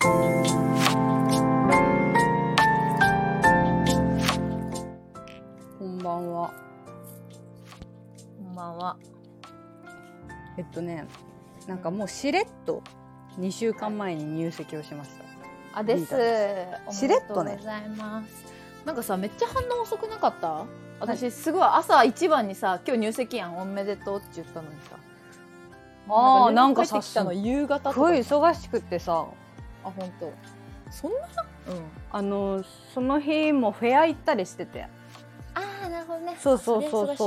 こんばんは。 こんばんは。 なんかもうしれっと2週間前に入籍をしました。 あ、です。 しれっとね。 おめでとうございます。なんかさ、めっちゃ反応遅くなかった？私すごい朝一番にさ、今日入籍やん、おめでとうって言ったのにさ。 ああ、なんかさ、 帰ってきたの夕方とか。 すごい忙しくってさ。 あ、本当。そんな？ うん。その日もフェア行ったりしてて。 ああ、なるほどね。 そう。その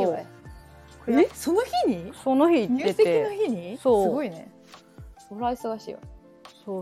日に？ その日行ってて。 入籍の日に？ そう。 すごいね。そりゃ忙しいわ。 そう。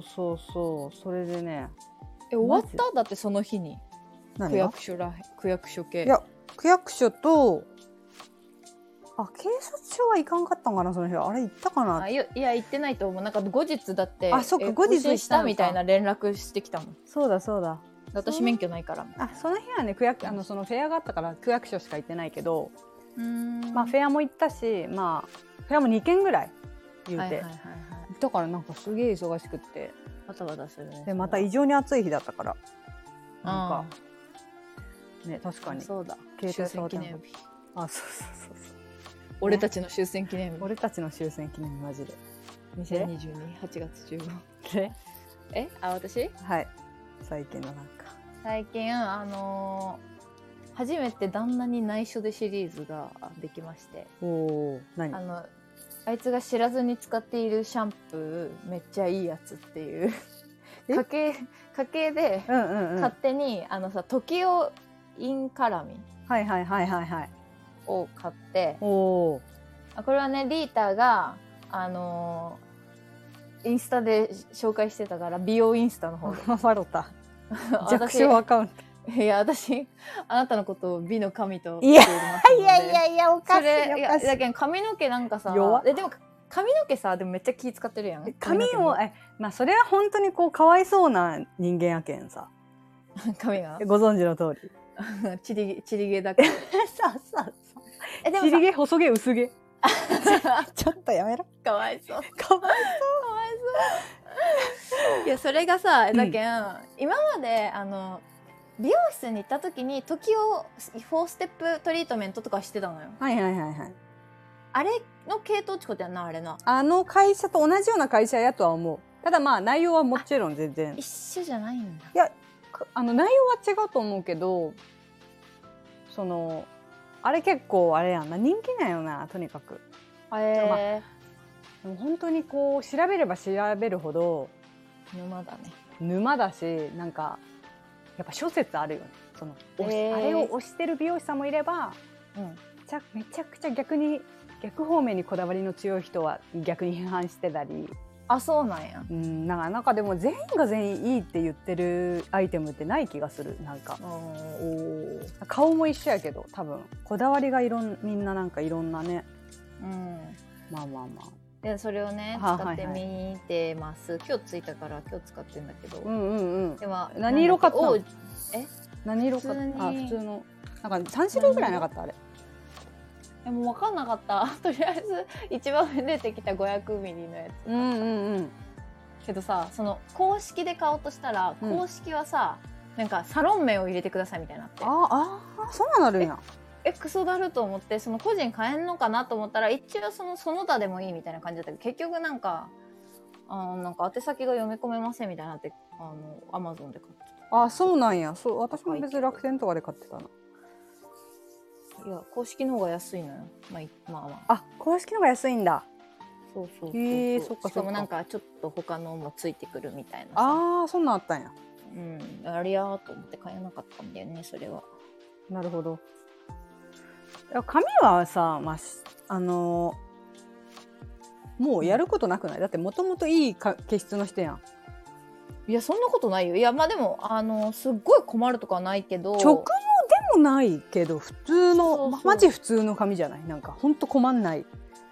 それでね。 終わった？だってその日に。区役所系。 いや、区役所と、警察署は行かんかったんかな、その日は。あれ行ったかな。 いや行ってないと思う。なんか後日だって、 そっか、後日したみたいな連絡してきたもん。 そうだ。 私免許ないから。 その日はね、そのフェアがあったから区役所しか行ってないけど、フェアも行ったし、フェアも2件ぐらい言うて、だからなんかすげえ忙しくって、 バタバタするね。 でまた異常に暑い日だったから、なんかね、確かにそうだ、 携帯終戦記念日。 そう俺たちの終戦記念日。 俺たちの終戦記念日、マジで 2022、8月15日。私？ はい。最近初めて旦那に内緒でシリーズができまして。 何？ あいつが知らずに使っているシャンプーめっちゃいいやつっていう家計で勝手に時代インカラミを買って、これはね、リーターがインスタで紹介してたから、美容インスタの方で笑った弱小アカウント。 いや、私あなたのことを美の神と言っていますので。いやおかしい。 だけど髪の毛なんかさ、でも髪の毛さ、でもめっちゃ気使ってるやん。 髪をそれは本当にこうかわいそうな人間やけんさ。 髪がご存知の通りちり毛だから。 そうちり毛、細毛、薄毛。ちょっとやめろ。 かわいそう。いや、それがさ、だけん、今まで美容室に行った時に時を4ステップトリートメントとかしてたのよ。あれの系統ってことやんな、あれな。 会社と同じような会社やとは思う。ただ内容はもちろん全然一緒じゃないんだ。 いや、内容は違うと思うけど、あれ結構あれやんな、人気なんよな、とにかく。本当にこう調べれば調べるほど沼だね。 沼だし、なんかやっぱ諸説あるよね。あれを推してる美容師さんもいれば、めちゃくちゃ逆方面にこだわりの強い人は逆に批判してたり。 そうなんや。 なんかでも全員が全員いいって言ってるアイテムってない気がする。なんか顔も一緒やけど、多分こだわりがみんななんかいろんなね。 でそれをね使ってみてます。今日ついたから今日使ってんだけど。でも何色買ったの？何色買った？普通のなんか3種類ぐらいなかった？あれもう分かんなかった。とりあえず一番出てきた500ミリのやつ。けどさ、その公式で買おうとしたら、公式はさ、なんかサロン名を入れてくださいみたいになって。 そうなるんや。 クソだると思って、その個人買えんのかなと思ったら、一応その他でもいいみたいな感じだったけど、結局なんか宛先が読み込めませんみたいになって、アマゾンで買ってた。 そうなんや。私も別に楽天とかで買ってたな。 いや、公式の方が安いのよ。 公式の方が安いんだ。 そう。 そっか。 しかもなんかちょっと他のもついてくるみたいな。 そんなんあったんや。 あれやと思って買えなかったんだよね、それは。 なるほど。髪はさ、もうやることなくない？だってもともといい毛質の人やん。 いや、そんなことないよ。いや、でもすっごい困るとかはないけど、 直毛でもないけど、普通のマジ普通の髪じゃない？なんかほんと困んない。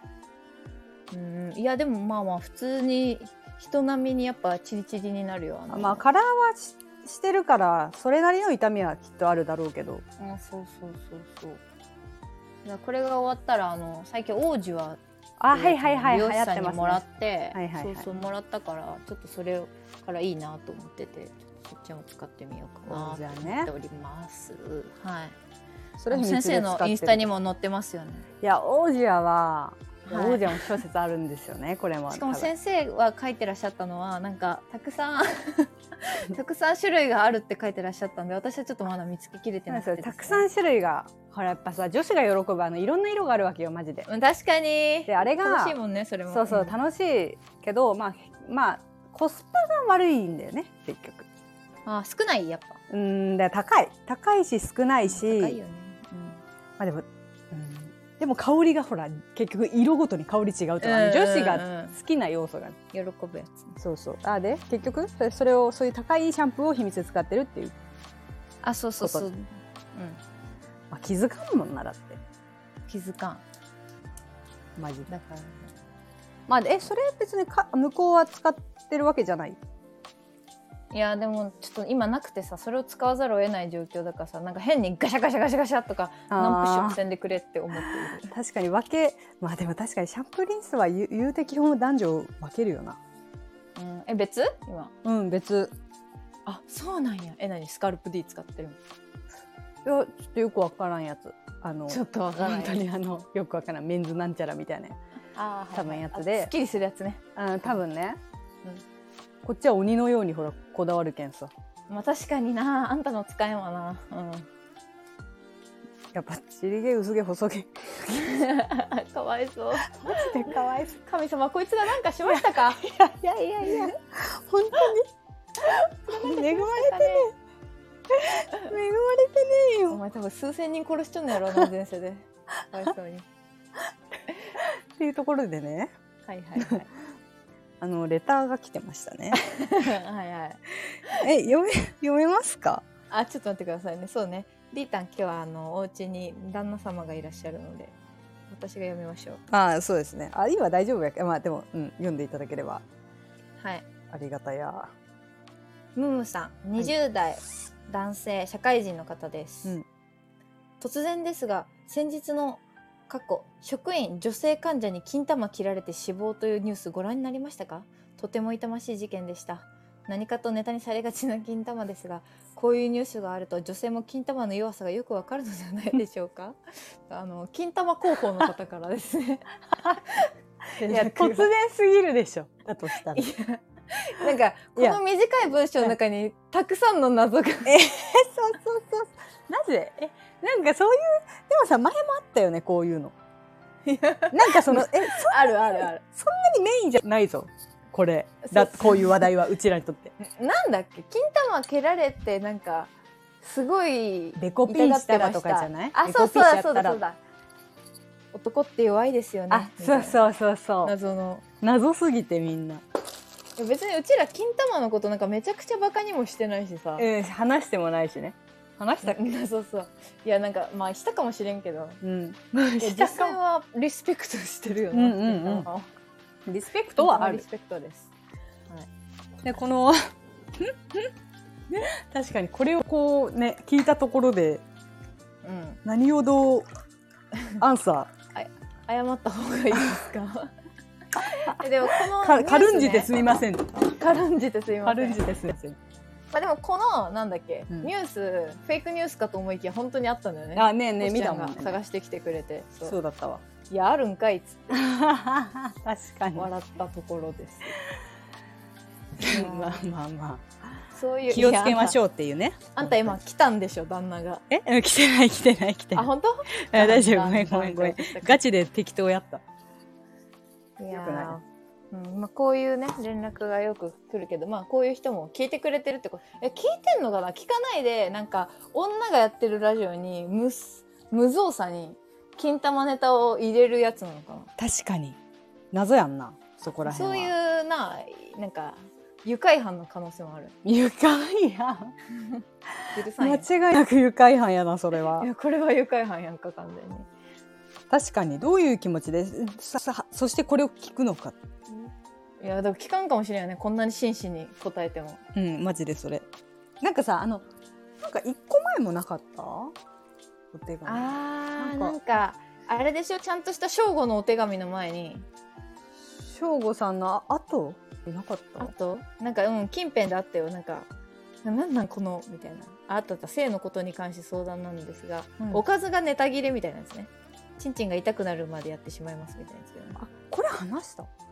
いや、でも普通に人並みにやっぱチリチリになるよ。 カラーはしてるからそれなりの痛みはきっとあるだろうけど。 そう。これが終わったら最近王子はあ、はいはいはい、 美容流行ってますね。 師さんにもらって、 はいはいはい、 そうそうもらったからちょっとそれからいいなと思ってて、そっちも使ってみようかなと思っております、はい。それ先生のインスタにも載ってますよね。 いやオージアは、 はい、 オージアも諸説あるんですよねこれも。 しかも先生は書いてらっしゃったのはなんかたくさんたくさん種類があるって書いてらっしゃったんで、私はちょっとまだ見つけきれてなくて、ね、 たくさん種類がほらやっぱさ女子が喜ぶいろんな色があるわけよマジで。 確かに。 であれが楽しいもんねそれも。 そうそう、楽しいけどまあコスパが悪いんだよね結局。 あ、少ないやっぱ。 で高いし少ないし。 高いよね。 まあでも香りがほら結局色ごとに香り違うとか、女子が好きな要素が喜ぶやつ、ね、 そうそう。で結局それをそういう高いシャンプーを秘密で使ってるっていう。 あ、そうそうそう。 まあ、気づかんもんなだって。 気づかん。 マジだから、ね。 まあそれ別に向こうは使ってるわけじゃない。 いやでもちょっと今なくてさ、それを使わざるを得ない状況だからさ、なんか変にガシャガシャガシャガシャとか何プッシュもせんでくれって思っている。 確かにまあでも確かにシャンプーリンスは言うて基本男女分けるよな。 別？今。 別。 あ、そうなんや。何スカルプ D 使ってるの？ いやちょっとよくわからんやつ。 ちょっとわからん。 本当によくわからんメンズなんちゃらみたいな。多分やつで。 すっきりするやつね。 多分ね。こっちは鬼のようにほらこだわるけんさ。 まあ確かにな、あんたの使えんわな。 やっぱちりげ薄毛細毛かわいそう。 マジでかわいそう。 神様こいつがなんかしましたか？ いや本当に恵まれてね。恵まれてねえよ。 お前多分数千人殺しちゃうんやろな前世で。かわいそうに。 っていうところでね。 はいはいはい。 レターが来てましたね。 はいはい。 読めますか？ あ、ちょっと待ってくださいね。そうね。リータン今日はお家に旦那様がいらっしゃるので、私が読みましょう。 そうですね。今大丈夫やけど、まあでも、読んでいただければ。 はい。 ありがたや。 ムムさん、20代、男性、社会人の方です。突然ですが、先日の過去職員女性患者に金玉切られて死亡というニュースご覧になりましたか？とても痛ましい事件でした。何かとネタにされがちな金玉ですが、こういうニュースがあると女性も金玉の弱さがよくわかるのではないでしょうか？金玉広報の方からですね。 いや突然すぎるでしょ。だとしたら。 なんかこの短い文章の中にたくさんの謎が。そう。 なぜ？なんかそういうでもさ前もあったよねこういうの。なんかあるあるある。 そんなにメインじゃないぞ。これこういう話題はうちらにとって。 なんだっけ、金玉蹴られてなんかすごいデコピーしたらとかじゃない？ あ、そうだ。男って弱いですよね。 あ、そう。謎すぎてみんな。 別にうちら金玉のことなんかめちゃくちゃバカにもしてないしさ。 話してもないしね。話したっけ？ そう。いやなんかまあしたかもしれんけど。実際はリスペクトしてるよな。 リスペクトはある。 リスペクトです。 はい。でこの確かにこれをこうね聞いたところで、何をどうアンサー謝った方がいいですか？でもこの軽んじてすみません。 軽んじてすみません。 軽んじてすみません。 まあでもこのなんだっけ、ニュースフェイクニュースかと思いきや本当にあったんだよね。 あ、ねえ見たもんね。 探してきてくれて。 そうだったわ。 いやあるんかいっつって。 確かに。 笑ったところです。 まあ。 そういう気をつけましょうっていうね。 あんた今来たんでしょ旦那が。 来てない。 あ、本当？ 大丈夫。ごめん。ガチで適当やった。 いやまあこういうね連絡がよく来るけど、まあこういう人も聞いてくれてるってこと。聞いてんのかな？聞かないでなんか女がやってるラジオに無造作に金玉ネタを入れるやつなのかな？確かに謎やんなそこら辺は。 そういうなんか愉快犯の可能性もある。 愉快犯間違いなく愉快犯やなそれは。 いやこれは愉快犯やんか完全に。 確かにどういう気持ちでそしてこれを聞くのか。 いやでも聞かんかもしれないねこんなに真摯に答えても。 マジでそれ。なんかさなんか1個前もなかった？お手紙。 なんかあれでしょ、ちゃんとした正吾のお手紙の前に省吾さんの後いなかった？ あとなんか近辺であったよ。なんなんこのみたいな、あった性のことに関して相談なんですが、おかずがネタ切れみたいなんですね。ちんちんが痛くなるまでやってしまいますみたいなやつけど、ね、 あ、これ話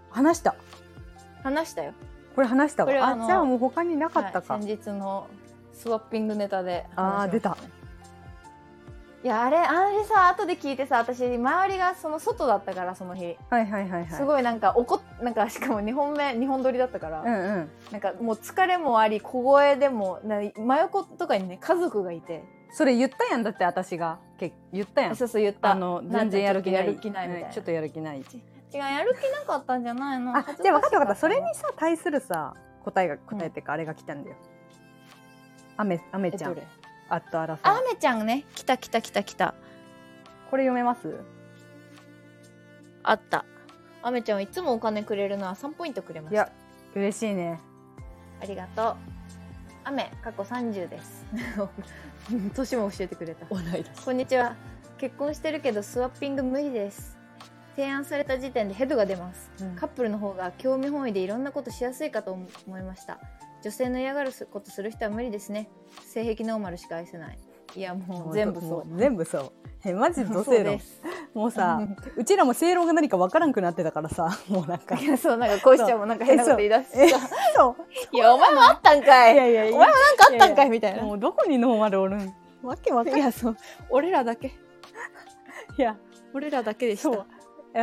したよ。これ話したわ。じゃあもう他になかったか。 先日のスワッピングネタで、 出た。 いや、あれさ、後で聞いてさ、私周りがその外だったから、その日、すごいなんかしかも2本撮りだったから、なんかもう疲れもあり、小声でも真横とかにね家族がいて、 それ言ったやん。だって私が言ったやん。 そう言った。 全然やる気ないみたいな。 ちょっとやる気ない。 違う、やる気なかったんじゃないの。 じゃあ分かった。それにさ対するさ答えってかあれが来たんだよ。アメちゃん。あめちゃんね、来た。これ読めます？ あった。あめちゃんはいつもお金くれるのは3ポイントくれました。いや、 嬉しいね。 ありがとう。あめ、過去30です。年も教えてくれた。 同い年。 こんにちは。結婚してるけどスワッピング無理です。提案された時点でヘドが出ます。カップルの方が興味本位でいろんなことしやすいかと思いました。女性の嫌がることする人は無理ですね。性癖ノーマルしか愛せない。いや、もう全部そう。 全部そう。マジ女性論。もうさ、うちらも正論が何か分からんくなってたからさ、もうなんか。 いや、そう、なんかこうしちゃんもなんか変なこと言い出してさ。 そう。 いや、お前もあったんかい。お前もなんかあったんかいみたいな。 もうどこにノーマルおるん。わけわかんない。 いや、そう。俺らだけ。 いや、 俺らだけでした。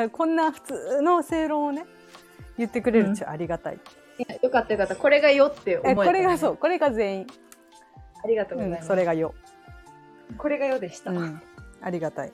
こんな普通の正論をね、言ってくれるっちゃありがたい。 いや、よかった。これがよって思えた、ね。 これが全員。 ありがとうございます。 それがよ。 これがよでした。 ありがたい。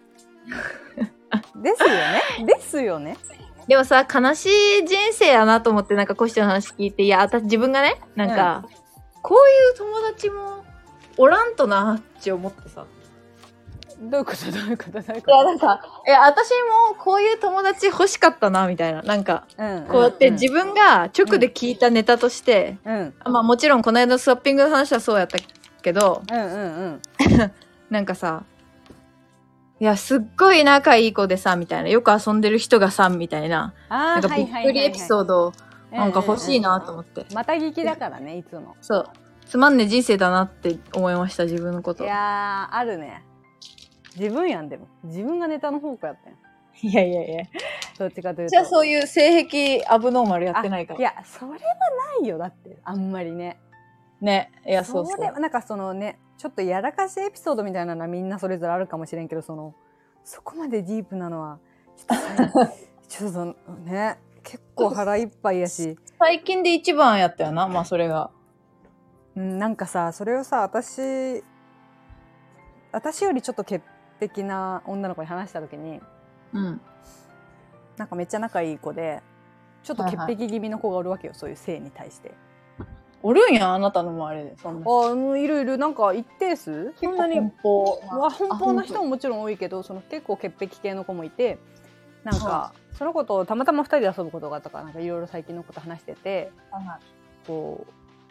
ですよね。 でもさ、悲しい人生やなと思って、なんかコシちゃんの話聞いて、いや、私自分がね、なんか、こういう友達もおらんとなって思ってさ。 どういうこと？いや、なんか、私もこういう友達欲しかったな、みたいな。なんか、こうやって自分が直で聞いたネタとして、まあもちろんこの間のスワッピングの話はそうやったけど、なんかさ、いや、すっごい仲いい子でさ、みたいな。よく遊んでる人がさ、みたいな。なんかびっくりエピソード、なんか欲しいなと思って。 また聞きだからね、いつも。 そう。つまんねえ人生だなって思いました、自分のこと。 いやー、あるね。自分やん、でも。自分がネタの方向やったやん。 いや。 どっちかというと。 じゃあそういう性癖アブノーマルやってないから。 いや、それはないよ、だって。あんまりね。 ね。いや、そう。 なんかそのね、ちょっとやらかしエピソードみたいなのはみんなそれぞれあるかもしれんけど、そこまでディープなのは、ちょっとね、結構腹いっぱいやし。 最近で一番やったよな、まあそれが。 なんかさ、それをさ、私よりちょっと潔癖な女の子に話した時に、なんかめっちゃ仲いい子で、ちょっと潔癖気味の子がおるわけよ、そういう性に対して。 おるんや、あなたの周りで。そんな。 いる。なんか一定数そんなに奔放な人ももちろん多いけど、結構潔癖系の子もいて、なんかその子とたまたま2人で遊ぶことがあったから、なんかいろいろ最近のこと話してて、こう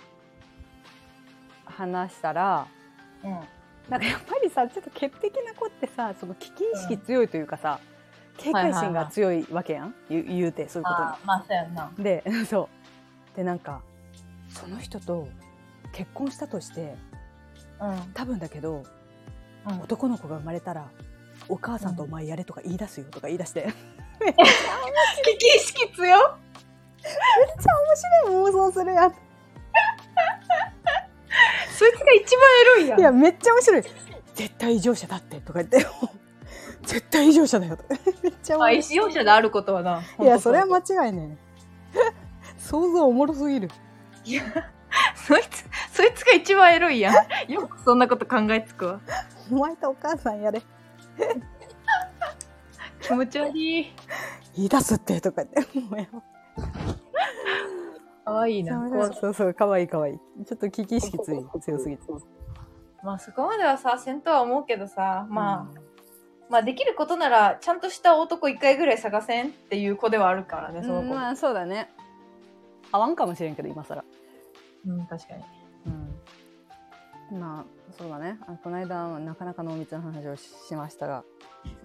話したら、なんかやっぱりさ、ちょっと潔癖な子ってさ、その危機意識強いというかさ、警戒心が強いわけやん、言うてそういうことに。 まあそうやんな。 で、でなんかその人と結婚したとして、多分だけど、男の子が生まれたらお母さんとお前やれとか言い出すよとか言い出して、めっちゃ危機意識強。めっちゃ面白い妄想するやつ。 そいつが一番エロいやん。 いや、めっちゃ面白い。絶対異常者だってとか言って、絶対異常者だよとか。めっちゃ面白い。 異常者であることはな。 いや、それは間違いね。想像おもろすぎる。 いや、そいつが一番エロいやん。よくそんなこと考えつくわ。 お前とお母さんやれ。 気持ち悪い。 言い出すってとか言って。 かわいいな。 そう、かわいい。ちょっと危機意識強すぎて。 まあそこまではさ、せんとは思うけどさ、まあできることならちゃんとした男一回ぐらい探せんっていう子ではあるからね、その子。 まあそうだね。合わんかもしれんけど今更。 確かに。 まあそうだね。この間なかなか濃密な話をしましたが、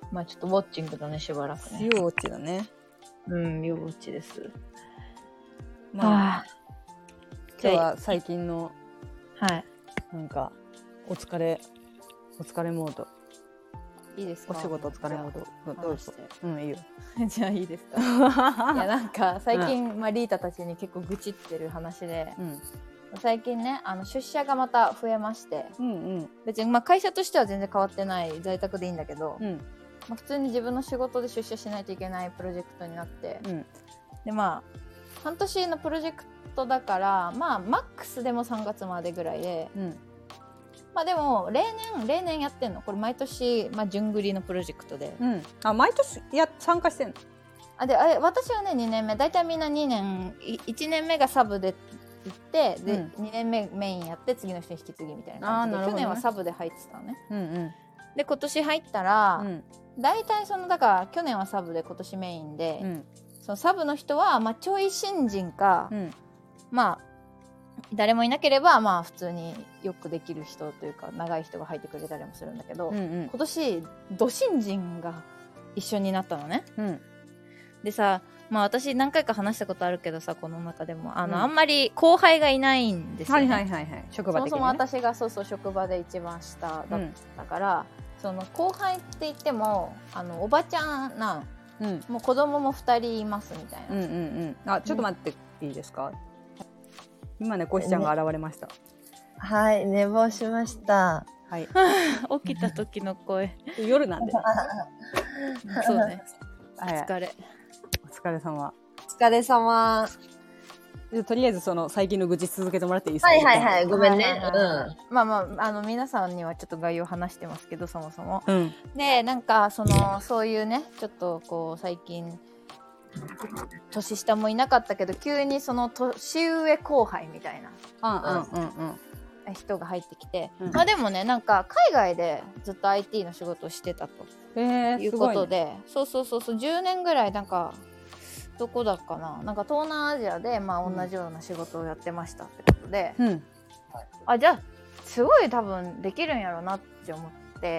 まあちょっとウォッチングだね、しばらくね。 ビューウォッチだね。 うん、ビューウォッチです。 まあ、今日は最近の、 はい。 なんか、お疲れモード。 いいですか？ お仕事お疲れモード。どうぞ。うん、いいよ。 じゃあいいですか？いや、なんか、最近、まあリータたちに結構愚痴ってる話で、最近ね、出社がまた増えまして、別に、まあ会社としては全然変わってない、在宅でいいんだけど、まあ、普通に自分の仕事で出社しないといけないプロジェクトになって、でまあ半年のプロジェクトだからまあマックスでも3月までぐらいで、まあでも例年やってんのこれ毎年、まあ、順繰りのプロジェクトで、 あ、毎年参加してんの？ 私はね2年目だいたいみんな2年1年目がサブで行って、で2年目メインやって次の人に引き継ぎみたいな感じで、去年はサブで入ってたのね、で今年入ったら、大体だから去年はサブで今年メインで、そのサブの人は、まあ、ちょい新人か、まあ誰もいなければまあ普通によくできる人というか長い人が入ってくれたりもするんだけど、今年ど新人が一緒になったのね、でさ、まあ私何回か話したことあるけどさ、この中でもあんまり後輩がいないんですよね。職場的にね。そもそも私が職場で一番下だったから、その後輩って言ってもおばちゃんもう子供も2人いますみたいな。 あ、ちょっと待っていいですか？今ね、コシちゃんが現れました。 はい、寝坊しました。 はい。起きた時の声。 夜なんで。 そうね。お疲れ。 お疲れ様。 お疲れ様。 とりあえず最近の愚痴続けてもらっていいですか？ はい、ごめんね。 まあ皆さんにはちょっと概要話してますけど、そもそも。で、なんかそういうね、ちょっとこう最近年下もいなかったけど急に年上後輩みたいな人が入ってきて、まあでもね、なんか海外でずっと IT の仕事をしてたということで、そう10年ぐらいなんかどこだかな、なんか東南アジアでまあ同じような仕事をやってましたってことで、じゃあすごい多分できるんやろうなって思って、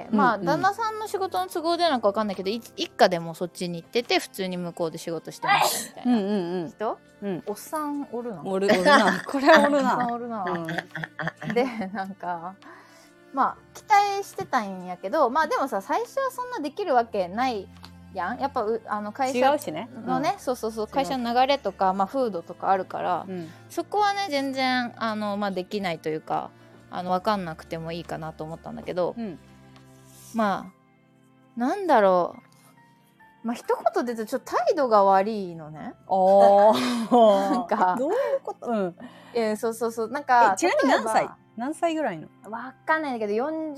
まあ旦那さんの仕事の都合でなんか分かんないけど、一家でもそっちに行ってて普通に向こうで仕事してましたみたいな人、おっさんおるな。 おるな。これはおるな。 おっさんおるな。でなんかまあ期待してたんやけど、まあでもさ最初はそんなできるわけないやん。やっぱ会社のね、会社の流れとか、まあ、風土とかあるから、そこはね全然まあ、できないというか分かんなくてもいいかなと思ったんだけど、まあなんだろう、まあ一言で言うとちょっと態度が悪いのね。なんかどういうこと？ なんかちなみに何歳ぐらいの？ わかんないんだけど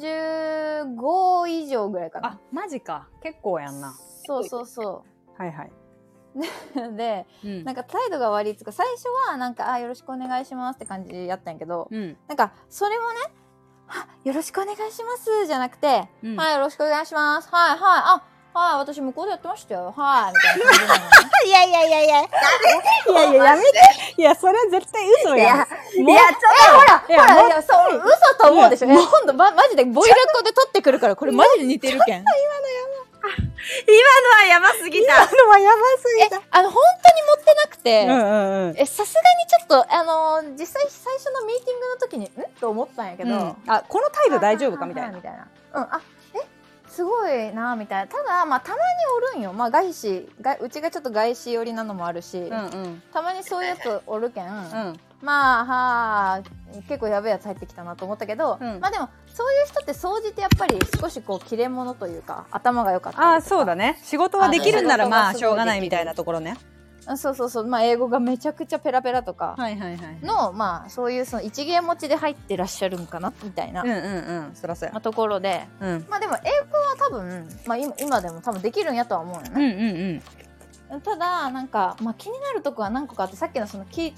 45以上ぐらいかな。 あ、マジか。結構やんな。 はいはい。で、なんか態度が悪いっていうか、最初はなんかよろしくお願いしますって感じやったんやけど、なんかそれもね、よろしくお願いしますじゃなくて、はい、よろしくお願いします、はいはい、はい、私向こうでやってましたよ、はいみたいな感じなのね。 いややめて。いや、それは絶対嘘やん。 ちょっとほらそう嘘と思うでしょ。今度マジでボイラコで撮ってくるから、これマジで似てるけん。 今のはやばすぎた。 本当に持ってなくて、さすがにちょっと実際最初のミーティングの時にと思ったんやけど、 この態度大丈夫かみたいな。 すごいなみたいな。ただまあたまにおるんよ。まあうちがちょっと外資寄りなのもあるし、たまにそういうやつおるけん、まあ結構やべえやつ入ってきたなと思ったけど、まあでもそういう人って総じてやっぱり少しこう切れ者というか頭が良かったりとか。 そうだね。仕事はできるんならまあしょうがないみたいなところね。 まあ英語がめちゃくちゃペラペラとかのまあそういう一芸持ちで入ってらっしゃるんかなみたいなところで、まあでも英語は多分まあ今でも多分できるんやとは思うよね。ただなんかまあ気になるとこは何個かあって、さっきの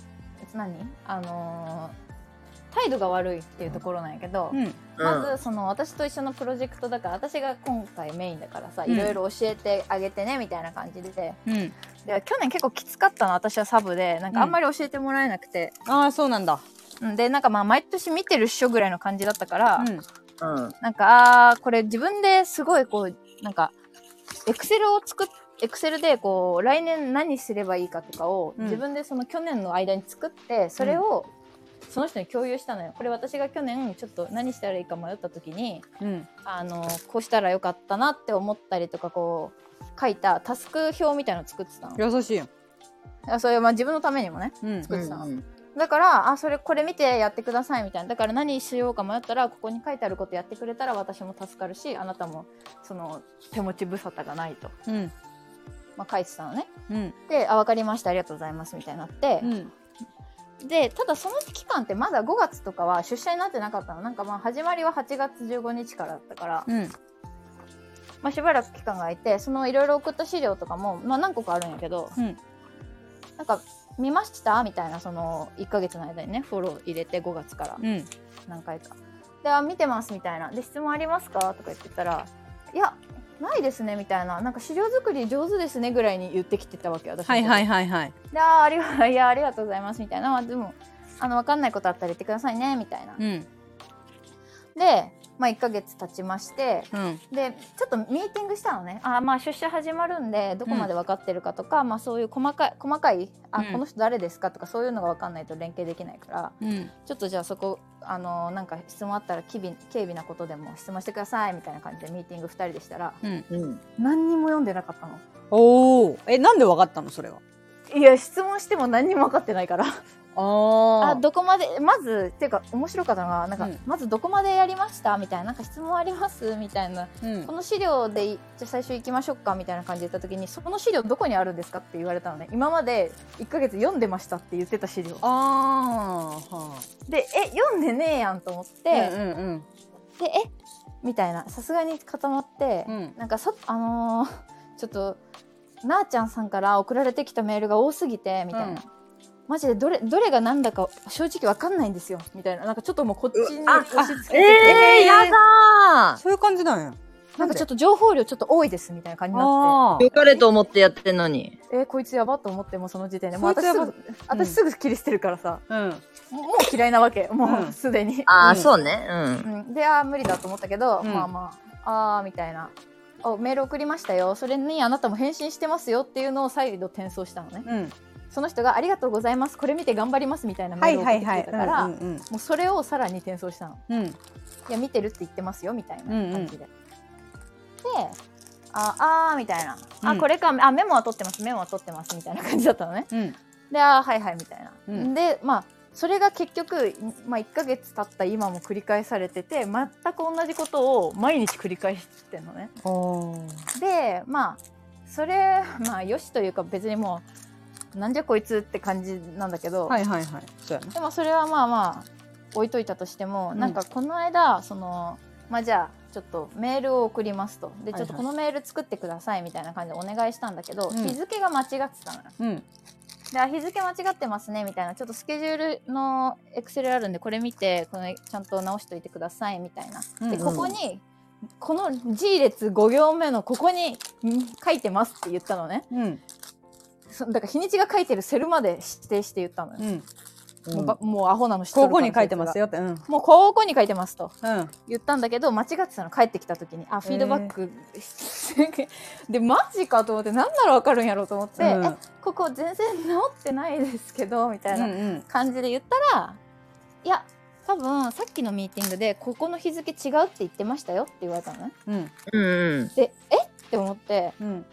態度が悪いっていうところなんやけど、まず私と一緒のプロジェクトだから、私が今回メインだからさ、いろいろ教えてあげてねみたいな感じで、で去年結構きつかったの。私はサブでなんかあんまり教えてもらえなくて、 そうなんだ。 でなんかまあ毎年見てるっしょぐらいの感じだったから、なんかこれ自分ですごいこうなんかエクセルでこう来年何すればいいかとかを、自分でその去年の間に作ってそれをその人に共有したのよ。これ私が去年ちょっと何したらいいか迷った時に、こうしたらよかったなって思ったりとかこう書いたタスク表みたいなの作ってたの。 優しいよ。 それ自分のためにもね、作ってたの。だからこれ見てやってくださいみたいな。だから何しようか迷ったらここに書いてあることやってくれたら私も助かるし、あなたもその手持ち無沙汰がないと、書いてたのね。で分かりましたありがとうございますみたいになって、でただその期間ってまだ5月とかは出社になってなかったの。なんか始まりは8月15日からだったから、しばらく期間が空いて、そのいろいろ送った資料とかも、何個かあるんやけど、なんか見ましたみたいな、その1ヶ月の間にねフォロー入れて5月から何回か、で見てますみたいな。で質問ありますかとか言ってたら、いやないですねみたいな、なんか資料作り上手ですねぐらいに言ってきてたわけよ私。でありがとうございますみたいな。でも分かんないことあったら言ってくださいねみたいな。で1ヶ月経ちまして、でちょっとミーティングしたのね。出社始まるんでどこまで分かってるかとか、そういう細かいこの人誰ですかとかそういうのが分かんないと連携できないから、ちょっとじゃあそこなんか質問あったら軽微なことでも質問してくださいみたいな感じでミーティング2人でしたら、何にも読んでなかったの。 なんで分かったのそれは。 いや質問しても何にも分かってないからどこまでまずっていうか面白かったのがなんか、まずどこまでやりましたみたいな、なんか質問ありますみたいな、この資料でじゃあ最初行きましょうかみたいな感じで言った時に、そこの資料どこにあるんですかって言われたのね。今まで1ヶ月読んでましたって言ってた資料で読んでねえやんと思って、でみたいな、さすがに固まって、なんかちょっとなあちゃんさんから送られてきたメールが多すぎてみたいな、マジでどれが何だか正直わかんないんですよみたいな、なんかちょっともうこっちに押し付けてきて、 やだー。 そういう感じなんや。 なんかちょっと情報量ちょっと多いですみたいな感じになって、 良かれと思ってやってんのに、 こいつやばと思って、もうその時点でもう私すぐ切り捨てるからさ、もう嫌いなわけ、もうすでに。 そうね。 で無理だと思ったけど、みたいな、メール送りましたよ、それにあなたも返信してますよっていうのを再度転送したのね。その人がありがとうございます、これ見て頑張りますみたいなメールを送ってくれたから、もうそれをさらに転送したの。いや見てるって言ってますよみたいな感じで、でみたいな、これか、メモは取ってますみたいな感じだったのね。ではいみたいな、でそれが結局、1ヶ月経った今も繰り返されてて、全く同じことを毎日繰り返してんのね。でそれよしというか、別にもうなんじゃこいつって感じなんだけど、でもそれは置いといたとしても、なんかこの間じゃあちょっとメールを送りますと、でちょっとこのメール作ってくださいみたいな感じでお願いしたんだけど、日付が間違ってたのよ。で日付間違ってますねみたいな、ちょっとスケジュールのエクセルあるんでこれ見てちゃんと直しといてくださいみたいな。でここにこの G 列5行目のここに書いてますって言ったのね。だから日にちが書いてるセルまで指定して言ったのよ。もうアホなの知ってるから、 ここに書いてますよって、 もうここに書いてますと言ったんだけど、間違ってたの。帰ってきた時にフィードバックでマジかと思って、なんならわかるんやろうと思って、ここ全然直ってないですけどみたいな感じで言ったら、いや多分さっきのミーティングでここの日付違うって言ってましたよって言われたのね。でって思って、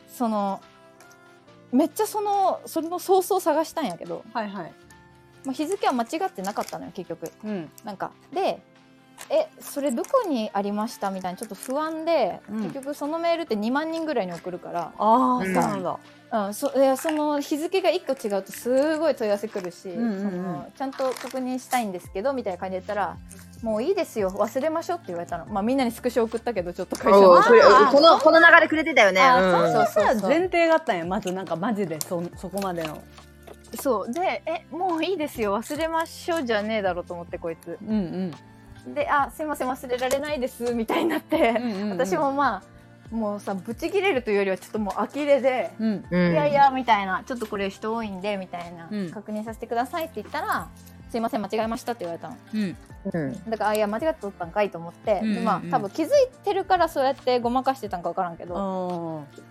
めっちゃそのソースを探したんやけど、日付は間違ってなかったのよ結局。なんかでそれどこにありましたみたいなちょっと不安で、結局そのメールって2万人ぐらいに送るから、 そうなんだ。 その日付が1個違うとすごい問い合わせ来るし、ちゃんと確認したいんですけどみたいな感じで言ったら、もういいですよ忘れましょうって言われたの。みんなにスクショ送ったけど、ちょっと会社のこの流れくれてたよね。 そう前提があったんや、まずなんかマジでそこまでの。 そうでもういいですよ忘れましょうじゃねえだろうと思って、こいつ。ですいません忘れられないですみたいになって、私ももうさブチ切れるというよりはちょっともう呆れで、いやいやみたいな、ちょっとこれ人多いんでみたいな、確認させてくださいって言ったら、すいません間違えましたって言われたの。だからいや間違っておったんかいと思って、で多分気づいてるからそうやってごまかしてたんか分からんけど、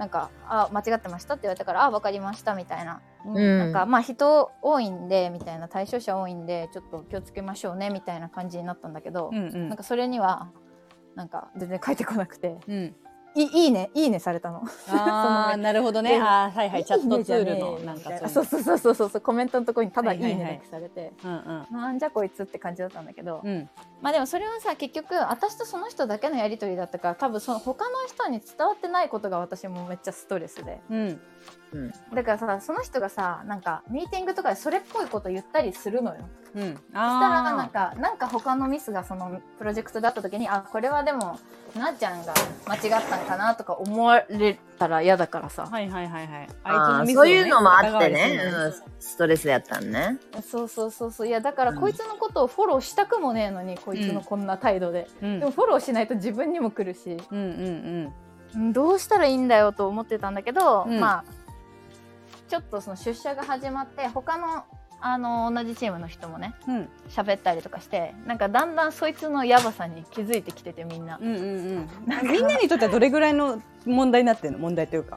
なんか間違ってましたって言われたから分かりましたみたいな、 うんなんか人多いんでみたいな、対象者多いんでちょっと気をつけましょうねみたいな感じになったんだけど、なんかそれにはなんか全然返ってこなくて、いいねされたの。 ああなるほどね。あはいはい、チャットツールのなんかそうコメントのところにただいいねだけされて、なんじゃこいつって感じだったんだけど、まあでもそれはさ結局私とその人だけのやり取りだったから、多分その他の人に伝わってないことが私もめっちゃストレスで、だからさその人がさなんかミーティングとかでそれっぽいこと言ったりするのよ。そしたらなんか他のミスがそのプロジェクトだった時に、あこれはでもなっちゃんが間違ったんかなとか思われたら嫌だからさ。 はいはいはいはい。 あそういうのもあってね、ストレスやったんね。 そういやだからこいつのことをフォローしたくもねえのに、こいつのこんな態度で、でもフォローしないと自分にも来るし、どうしたらいいんだよと思ってたんだけど、まあちょっとその出社が始まって他の同じチームの人もね喋ったりとかして、なんかだんだんそいつのやばさに気づいてきてて、みんな、 みんなにとってはどれぐらいの問題になってるの？問題というか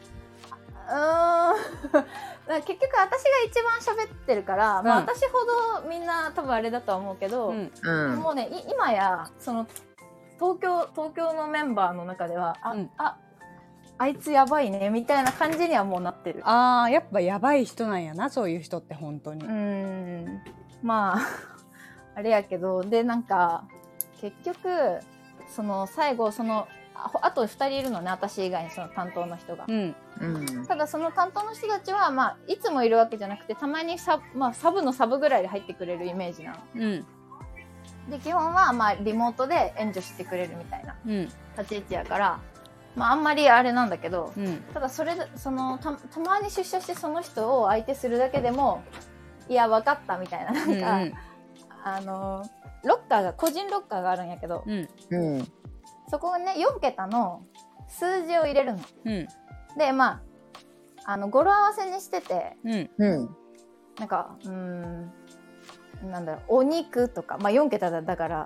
結局私が一番喋ってるから、まあ、私ほどみんな多分あれだとは思うけど、もうね今やその東京のメンバーの中ではあいつやばいねみたいな感じにはもうなってる。 あーやっぱやばい人なんやな、そういう人って本当に。 まああれやけど、でなんか結局その最後そのあと2人いるのね、私以外にその担当の人が、ただその担当の人たちは、まあ、いつもいるわけじゃなくてたまにサブのサブぐらいで入ってくれるイメージなの、で基本はまあリモートで援助してくれるみたいな立ち位置やから、まあ、あんまりあれなんだけど、ただそれでたまに出社してその人を相手するだけでもいや分かったみたいな、なんか、ロッカーが個人ロッカーがあるんやけど、そこね4桁の数字を入れるの、でまあ語呂合わせにしてて、なんかなんだろう、お肉とか、まあ4桁だから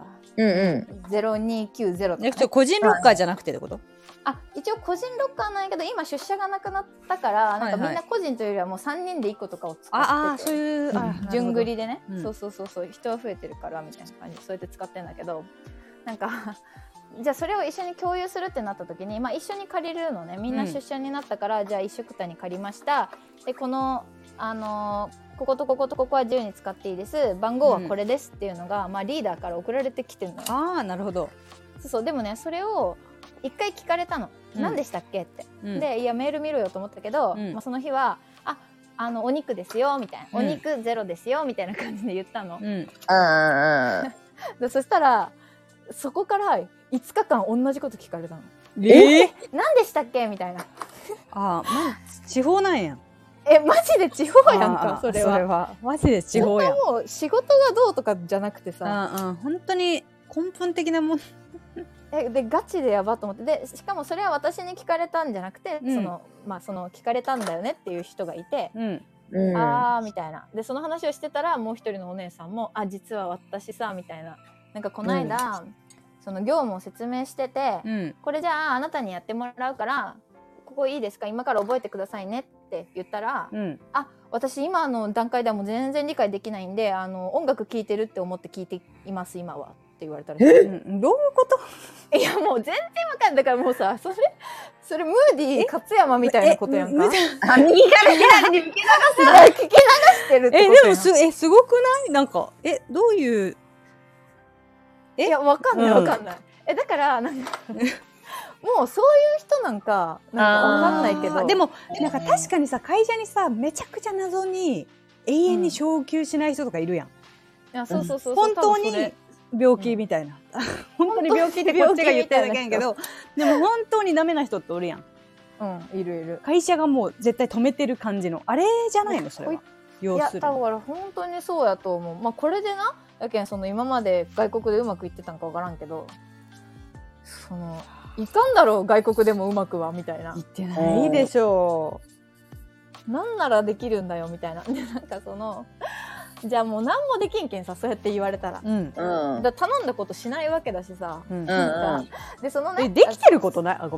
0290とか、 個人ロッカーじゃなくてってこと？ 一応個人ロッカーなんやけど今出社がなくなったから、なんかみんな個人というよりはもう3人で1個とかを使ってて、そういう順繰りでね、そう人は増えてるからみたいな感じでそうやって使ってるんだけど、なんかじゃあそれを一緒に共有するってなった時に、まあ、一緒に借りるのね、みんな出社になったから、じゃあ一緒くたに借りました、でこのこことこことここは自由に使っていいです、番号はこれですっていうのが、まあ、リーダーから送られてきてるのよ。 なるほど。 でもねそれを一回聞かれたの、何でしたっけって、でいやメール見ろよと思ったけど、まあ、その日はお肉ですよみたいな、お肉ゼロですよみたいな感じで言ったの、でそしたらそこから5日間同じこと聞かれたの。何でしたっけみたいな。 地方なんや。 マジで地方やんか、それはマジで地方やん。 もう仕事がどうとかじゃなくてさ、 本当に根本的なもんでガチでやばと思って、でしかもそれは私に聞かれたんじゃなくて、その聞かれたんだよねっていう人がいて、みたいな。でその話をしてたらもう一人のお姉さんも実は私さみたいな、なんかこの間、その業務を説明してて、これじゃああなたにやってもらうからここいいですか、今から覚えてくださいねって言ったら、私今の段階ではもう全然理解できないんで音楽聴いてるって思って聞いています今はって言われたら、どういうこと？ いやもう全然わかんない。だからもうさそれムーディー勝山みたいなことやんか。右から左に聞き流してるってことやん。 でもすごくない？なんかどういう？ いやわかんない。だからなんかもうそういう人なんかわかんないけど、 でもなんか確かにさ会社にさめちゃくちゃ謎に永遠に昇給しない人とかいるやん。 いやそう本当に病気みたいな、本当に病気ってこっちが言ってるだけやんけど、でも本当にダメな人っておるやん。 いる。 会社がもう絶対止めてる感じのあれじゃないのそれは。 いやだから本当にそうやと思う。まあこれでなだけんその今まで外国でうまくいってたんかわからんけど、そのいかんだろう外国でもうまくはみたいな。 言ってないでしょう。なんならできるんだよみたいな。でなんかそのじゃあもう何もできんけんさ、そうやって言われたら、だ頼んだことしないわけだしさ、でそのねできてることない？ごめん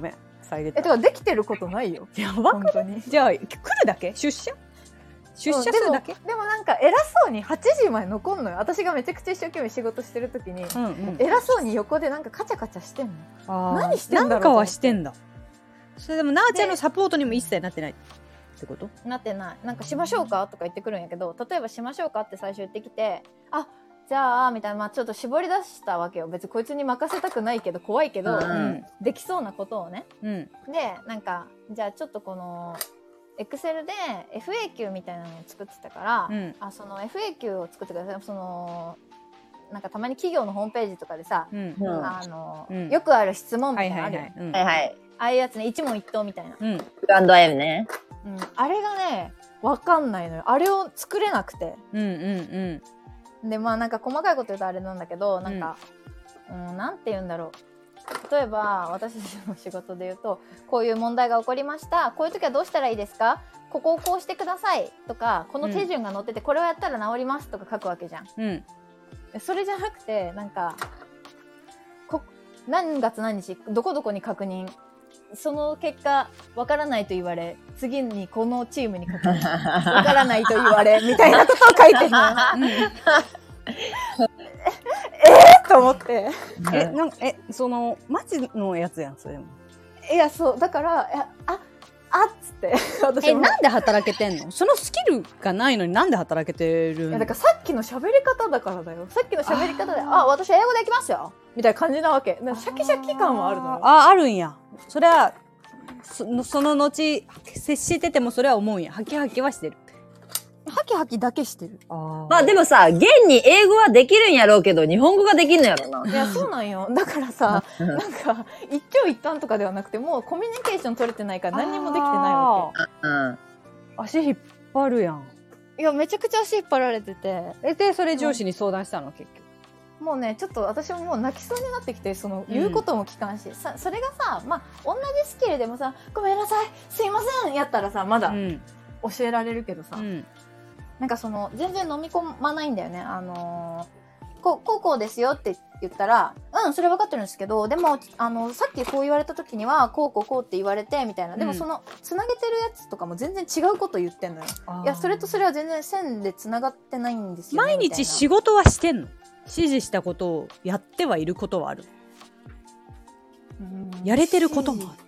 遮ったてかできてることないよ。 やばく本当に。 じゃあ来るだけ出社するだけ、 でもなんか偉そうに8時まで残んのよ。私がめちゃくちゃ一生懸命仕事してる時に、偉そうに横でなんかカチャカチャしてんの。何してんだろう。 なんかはしてんだ。それでもなあちゃんのサポートにも一切なってないってこと？ なってない。なんかしましょうかとか言ってくるんやけど、例えばしましょうかって最初言ってきて、あ、じゃあみたいな、まあちょっと絞り出したわけよ。別にこいつに任せたくないけど、怖いけど、できそうなことをね。で、なんかじゃあちょっとこのエクセルで FAQ みたいなのを作ってたから、その FAQ を作ってください。そのなんかたまに企業のホームページとかでさ、よくある質問みたいなのあるよ。ああいうやつね、一問一答みたいな。 Q&A ね。 あれがね、わかんないのよ。あれを作れなくて。で、まあなんか細かいこと言うとあれなんだけど、なんか、なんて言うんだろう。例えば私たちの仕事で言うと、こういう問題が起こりました、こういう時はどうしたらいいですか、ここをこうしてくださいとか、この手順が載ってて、これをやったら治りますとか書くわけじゃん。それじゃなくて、なんか何月何日どこどこに確認、その結果わからないと言われ、次にこのチームに確認わからないと言われみたいなことを書いてるの。と思って、 そのマジのやつやんそれも。 いや、そうだから、あっつって私もなんで働けてんの？そのスキルがないのになんで働けてるの？ いやだからさっきの喋り方だからだよ。さっきの喋り方で、私英語できますよみたいな感じなわけ。なんかシャキシャキ感はあるのよ。 あるんや。それはその後接しててもそれは思うんや。ハキハキはしてる。 ハキハキだけしてる。 まあでもさ、現に英語はできるんやろうけど、日本語ができんのやろな。 いや、そうなんよ。だからさ、なんか、一長一短とかではなくて、もうコミュニケーション取れてないから何にもできてないわけ。足引っ張るやん。 いや、めちゃくちゃ足引っ張られてて。 で、それ上司に相談したの、結局。 もうね、ちょっと私ももう泣きそうになってきて、その、言うことも聞かんし、それがさ、まあ、同じスキルでもさ、ごめんなさい、すいませんやったらさ、まだ教えられるけどさ、なんかその全然飲み込まないんだよね。こうですよって言ったら、それ分かってるんですけど、でもさっきこう言われた時にはこうって言われてみたいな。でもそのつなげてるやつとかも全然違うこと言ってんのよ。いや、それとそれは全然線でつながってないんですよね。 毎日仕事はしてんの？指示したことをやってはいることはある。やれてることもある。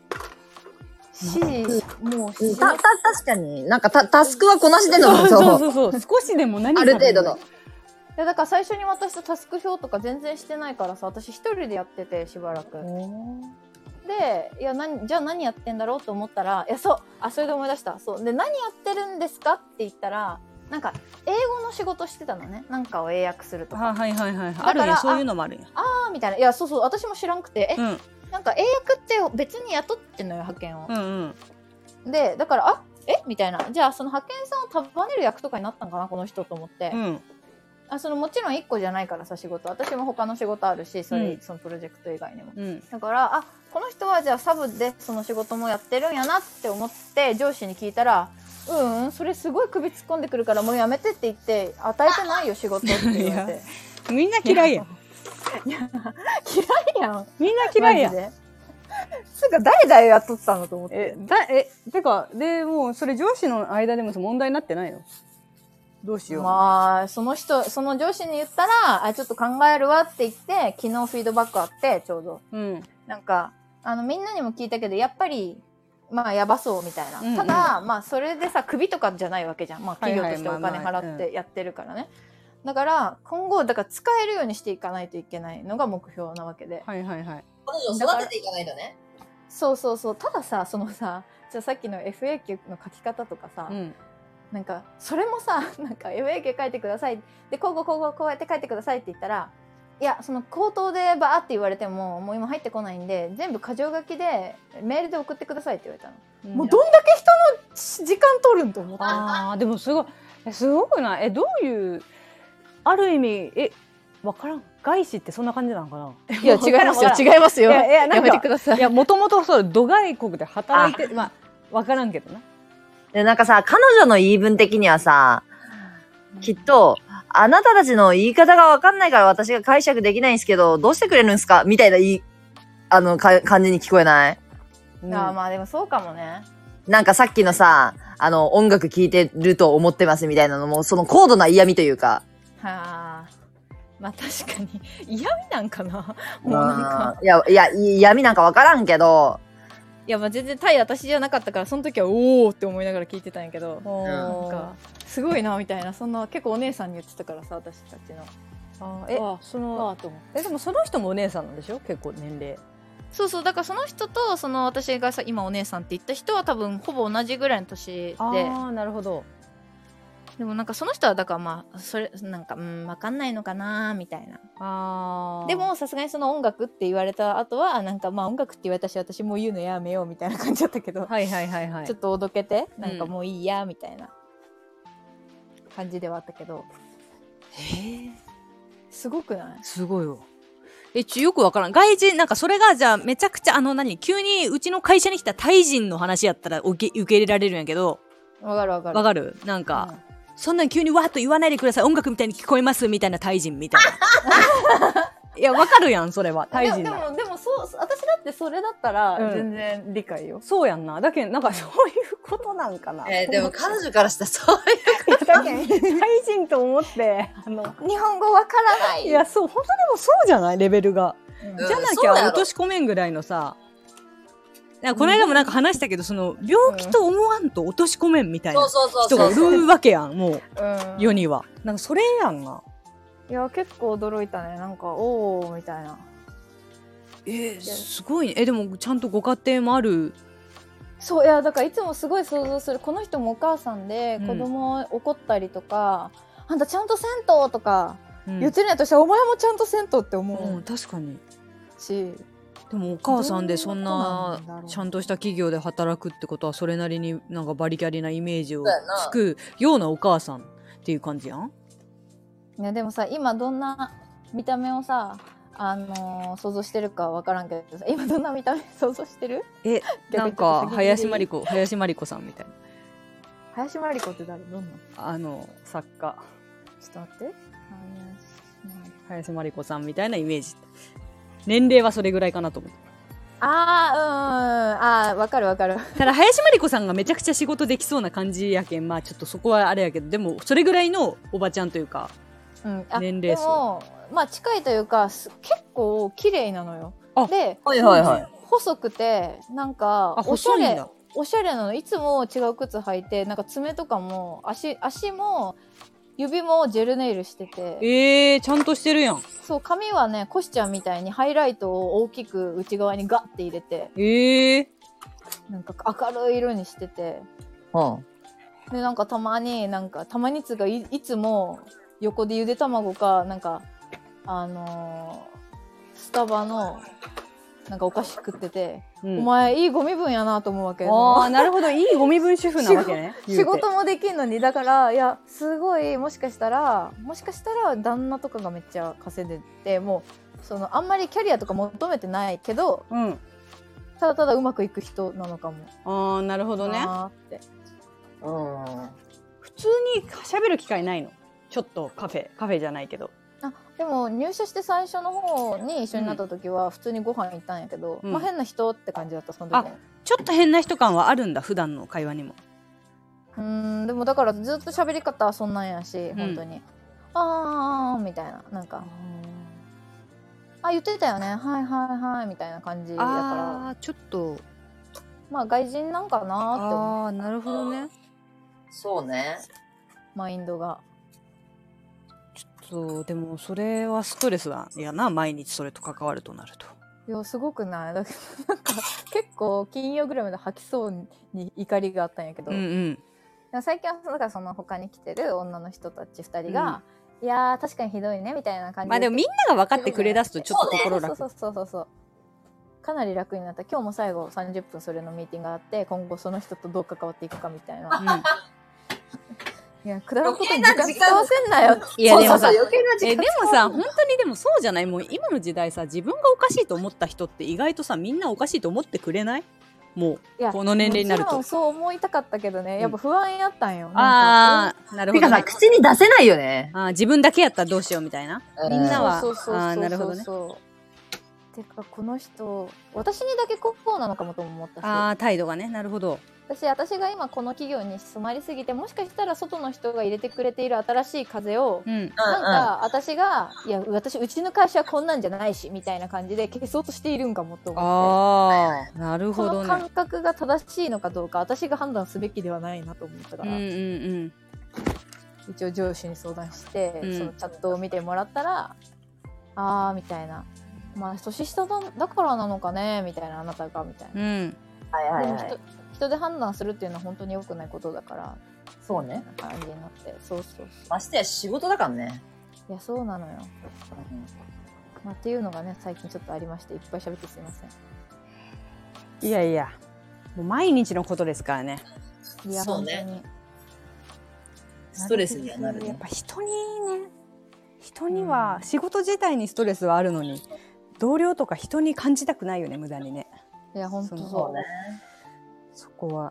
もう確かになんかタスクはこなしてんのもそう少しでも何かある程度の。 いやだから最初に渡したタスク表とか全然してないからさ、私一人でやっててしばらくで、いやじゃあ何やってんだろうと思ったら、いやそれで思い出した。そうで、何やってるんですかって言ったら、なんか英語の仕事してたのね。なんかを英訳するとか。 あるんや。そういうのもあるんや。 みたいな。いや、そう私も知らんくて、なんか英訳って別に雇ってんのよ、派遣を。で、だからみたいな。じゃあその派遣さんを束ねる役とかになったんかな、この人と思って。もちろん1個じゃないからさ、仕事。私も他の仕事あるし、そのプロジェクト以外にも。だから、この人はじゃあサブでその仕事もやってるんやなって思って上司に聞いたら、それすごい首突っ込んでくるからもうやめてって言って与えてないよ仕事って言われて。 みんな嫌いやん。 いや、嫌いやん。 みんな嫌いやん。 つか誰だよ雇ってたのと思って。 てかでもうそれ上司の間でも問題になってないの？どうしよう。 まあその上司に言ったらちょっと考えるわって言って、昨日フィードバックあってちょうど、なんかみんなにも聞いたけどやっぱりまあやばそうみたいな。ただまあそれでさ首とかじゃないわけじゃん。まあ企業としてお金払ってやってるからね。だから今後だから使えるようにしていかないといけないのが目標なわけで。 彼女を育てていかないとね。 そう。たださ、じゃあさっきの FAQ の書き方とかさ、なんかそれもさ、なんか FAQ 書いてくださいで、こうやって書いてくださいって言ったら、いやその口頭でバーって言われてももう今入ってこないんで、全部箇条書きでメールで送ってくださいって言われたの。もうどんだけ人の時間取るんと思って。 でもすごいな。どういうある意味わからん。外資ってそんな感じなのかな。 いや違いますよ。やめてください。 いやもともとそう土外国で働いてまあわからんけどな。 でなんかさ、彼女の言い分的にはさ、きっとあなたたちの言い方がわかんないから私が解釈できないんですけどどうしてくれるんですかみたいな感じに聞こえない？ ああ、まあでもそうかもね。 なんかさっきのさ、音楽聴いてると思ってますみたいなのも、その高度な嫌味というか。 はあ。まあ確かに。嫌味なんかなもうなんか。 いや、嫌味なんかわからんけど。 いや、まあ全然タイ私じゃなかったから、その時はおーって思いながら聞いてたんやけど、なんか、すごいな、みたいな、そんな、結構お姉さんに言ってたからさ、私たちの。 そのわーと思って。 でもその人もお姉さんなんでしょ、結構年齢。 そうそう、だからその人と、その私がさ、今お姉さんって言った人は多分、ほぼ同じぐらいの年で。 ああ、なるほど。 でもなんかその人は、だからまあ、それ、なんか、わかんないのかなみたいな。 ああ。 でも、さすがにその音楽って言われた後は、なんかまあ音楽って言われたし、私もう言うのやめようみたいな感じだったけど、 はいはいはいはい。 ちょっとおどけて、なんかもういいや、みたいな感じではあったけど。すごくない？ すごいよ。よくわからん。外人、なんかそれがじゃあめちゃくちゃ急にうちの会社に来たタイ人の話やったら受け入れられるんやけど。 わかるわかる。 わかる？なんか、そんなん急にわーっと言わないでください。音楽みたいに聞こえますみたいなタイ人みたいな。いや、わかるやん、それは。タイ人でだ。 もそう、私だってそれだったら全然理解よ。 そうやんな。だけど、なんかそういうことなんかな。 でも彼女からしたらそういうだけど、タイ人と思って、 日本語わからない。 いや、そう、本当でもそうじゃないレベルが。 うんじゃなきゃ落とし込めんぐらいのさ、 なんかこの間もなんか話したけど、その、病気と思わんと落とし込めんみたいなそう人がいるわけやん、もう、 うん。 世には。 なんかそれやんな。 いや、結構驚いたね。なんか、おー、みたいな。 すごいね。でもちゃんとご家庭もある。 そう、いや、だからいつもすごい想像する。この人もお母さんで、子供怒ったりとか、あんたちゃんと銭湯とか言ってるんやとしたら、お前もちゃんと銭湯って思う確かに。 し。 でもお母さんでそんどうななんだろうちゃんとした企業で働くってことはそれなりになんかバリキャリなイメージをそうやなつくようなお母さんっていう感じやん。 いや、でもさ、今どんな見た目をさ、想像してるかわからんけどさ、今どんな見た目想像してる？ なんか林真理子さんみたい林真理子って誰？どんな？ 作家。 ちょっと待って。 林真理子さんみたいなイメージ。年齢はそれぐらいかなと思って。 わかるわかる。 ただ林真理子さんがめちゃくちゃ仕事できそうな感じやけん、まあちょっとそこはあれやけど、でもそれぐらいのおばちゃんというか、年齢層。 でも、まあ近いというか、結構綺麗なのよ。で、 はいはいはい。 細くて、なんか、おしゃれ細いんだ。 おしゃれなの。いつも違う靴履いて、なんか爪とかも、足も、指もジェルネイルしてて。 ちゃんとしてるやん。 そう、髪はね、コシちゃんみたいにハイライトを大きく内側にガッて入れて、なんか明るい色にしてて。で、なんかたまにつうかいつも横でゆで卵か、なんか、スタバの、なんかお菓子食ってて、お前いいゴミ分やなと思うわけ。 ああ、なるほど。いいゴミ分主婦なわけね。 仕事もできんのに、だから、いや、すごい、もしかしたら、旦那とかがめっちゃ稼いでて、もう、あんまりキャリアとか求めてないけど、ただただうまくいく人なのかも。 ああ、なるほどね。普通に喋る機会ないの？ちょっとカフェじゃないけど。 でも入社して最初の方に一緒になった時は普通にご飯行ったんやけど、まあ変な人って感じだった、その時に。 ちょっと変な人感はあるんだ、普段の会話にも。 でもだからずっと喋り方はそんなんやし、本当に。みたいな。なんか、言ってたよね。はいはいはい、みたいな感じだから。 ちょっと。 まあ外人なんかなって思う。 なるほどね。 そうね。 マインドが。 そう、でもそれはストレスだやな、毎日それと関わるとなると。 いや、すごくない？だけどなんか結構金曜ぐらいまで吐きそうに怒りがあったんやけど、最近はだからその他に来てる女の人たち2人が、いやー確かにひどいねみたいな感じで。 まあでもみんなが分かってくれだすとちょっと心楽。 そうかなり楽になった。今日も最後30分それのミーティングがあって、今後その人とどう関わっていくかみたいな。いや、くだらんことに時間使わせんなよ。 いやでもさ、 余計な時間でもさ、本当にでもそうじゃない？もう今の時代さ、自分がおかしいと思った人って意外とさ、みんなおかしいと思ってくれない？もうこの年齢になると。 もちろんそう思いたかったけどね、やっぱ不安やったんよ。 なるほど、ね。 てかさ、口に出せないよね。 自分だけやったらどうしようみたいな。みんなは。 そうなるほどね。 ってかこの人私にだけこうなのかもと思ったし、 ああ、態度がね。なるほど。 私が今この企業に染まりすぎて、もしかしたら外の人が入れてくれている新しい風を、 うん。 なんか私がいやうちの会社はこんなんじゃないしみたいな感じで消そうとしているんかもと思っああ、なるて、このほどね。 感覚が正しいのかどうか私が判断すべきではないなと思ったから、 うん。 一応上司に相談して、 うんそのチャットを見てもらったら、あーみたいな、まあ年下だからなのかねみたいな、あなたがみたいな、 うん。 はいはいでもはい。 人で判断するっていうのは本当に良くないことだからそうね。 みたいな感じになって、そうそうましてや仕事だからね。 いやそうなのよ、まあ、っていうのがね最近ちょっとありまして、いっぱい喋ってすいません。 いやいや、もう毎日のことですからね。 いやそうね本当にストレスにはなるやっね。 ぱ人には仕事自体にストレスはあるのに、同僚とか人に感じたくないよね、無駄にね。 いや本当そうそうね。 そこは。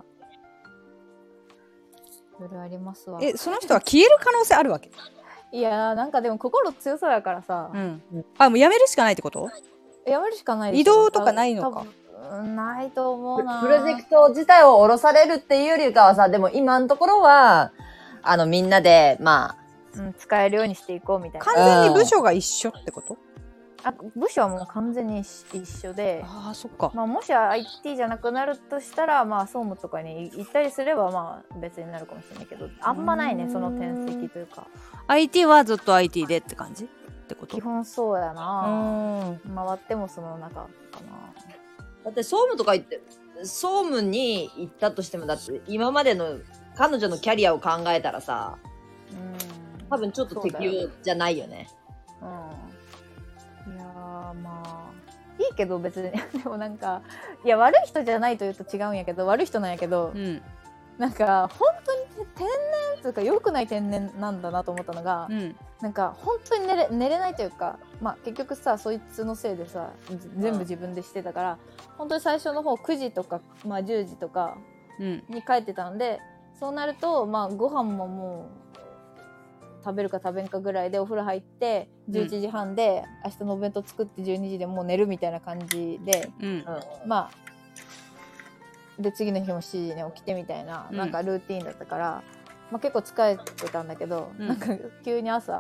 いろいろありますわ。 その人は消える可能性あるわけ。 いやなんかでも心強そうやからさ、 うん。あ、もうやめるしかないってこと？ やめるしかないでしょ。 移動とかないのか。 多分ないと思うな。 プロジェクト自体を下ろされるっていうよりかはさ、でも今のところは、みんなで、ま使えるようにしていこうみたいな。 完全に部署が一緒ってこと？ 部署はもう完全に一緒で、 ああ、そっか。 まあ、もし IT じゃなくなるとしたら、まあ、総務とかに行ったりすれば、まあ、別になるかもしれないけど、あんまないね、その転籍というか。 IT はずっと IT でって感じってこと？ 基本そうやな。 うん。 回ってもその中かな。 だって総務とか行って、総務に行ったとしても、だって今までの彼女のキャリアを考えたらさ、多分ちょっと適用じゃないよね。 いやーまあいいけど別にでもなんかいや悪い人じゃないというと違うんやけど、悪い人なんやけど、 うん。 なんか本当に天然というか良くない天然なんだなと思ったのが、 うん。 なんか本当に寝れないというか、まあ、結局さそいつのせいでさ全部自分でしてたから、本当に最初の方9時とか、まあ、10時とかうん。 に帰ってたんで、そうなると、まあ、ご飯ももう食べるか食べんかぐらいでお風呂入って11時半で明日のお弁当作って12時でもう寝るみたいな感じで、 うん。 まあで次の日も7時に起きてみたいな、なんかルーティーンだったから、まあ、結構疲れてたんだけど、なんか急に朝